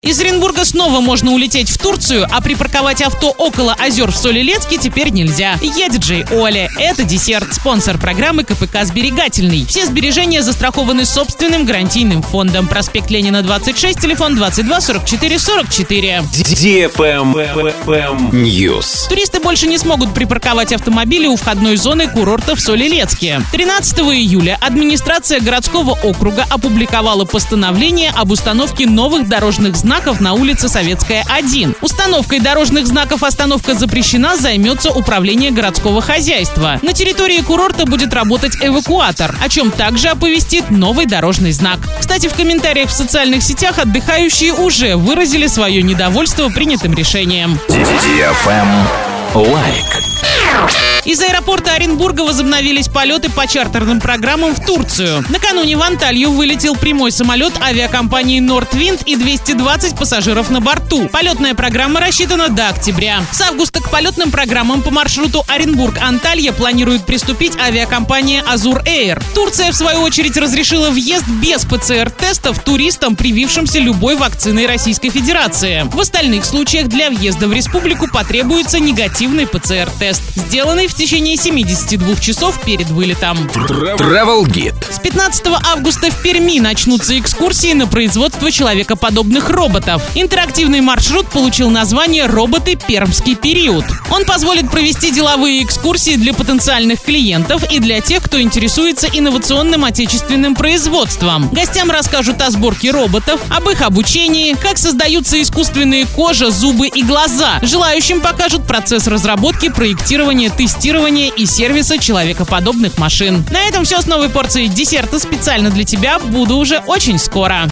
Из Оренбурга снова можно улететь в Турцию, а припарковать авто около озер в Соль-Илецке теперь нельзя. Я диджей Оля. Это десерт. Спонсор программы КПК «Сберегательный». Все сбережения застрахованы собственным гарантийным фондом. Проспект Ленина, 26, телефон 22 44 44. News. Туристы больше не смогут припарковать автомобили у входной зоны курорта в Соль-Илецке. 13 июля администрация городского округа опубликовала постановление об установке новых дорожных знаков на улице Советская, 1. Установкой дорожных знаков «Остановка запрещена» займется управление городского хозяйства. На территории курорта будет работать эвакуатор, о чем также оповестит новый дорожный знак. Кстати, в комментариях в социальных сетях отдыхающие уже выразили свое недовольство принятым решением. Лайк. Из аэропорта Оренбурга возобновились полеты по чартерным программам в Турцию. Накануне в Анталью вылетел прямой самолет авиакомпании Nordwind и 220 пассажиров на борту. Полетная программа рассчитана до октября. С августа к полетным программам по маршруту Оренбург-Анталья планирует приступить авиакомпания Azur Air. Турция, в свою очередь, разрешила въезд без ПЦР-тестов туристам, привившимся любой вакциной Российской Федерации. В остальных случаях для въезда в республику потребуется негативный ПЦР-тест, сделанный в течение 72 часов перед вылетом. Travel Guide. С 15 августа в Перми начнутся экскурсии на производство человекоподобных роботов. Интерактивный маршрут получил название «Роботы. Пермский период». Он позволит провести деловые экскурсии для потенциальных клиентов и для тех, кто интересуется инновационным отечественным производством. Гостям расскажут о сборке роботов, об их обучении, как создаются искусственные кожа, зубы и глаза. Желающим покажут процесс разработки, проектирования, тестирования и сервиса человекоподобных машин. На этом все с новой порцией десерта специально для тебя. Буду уже очень скоро.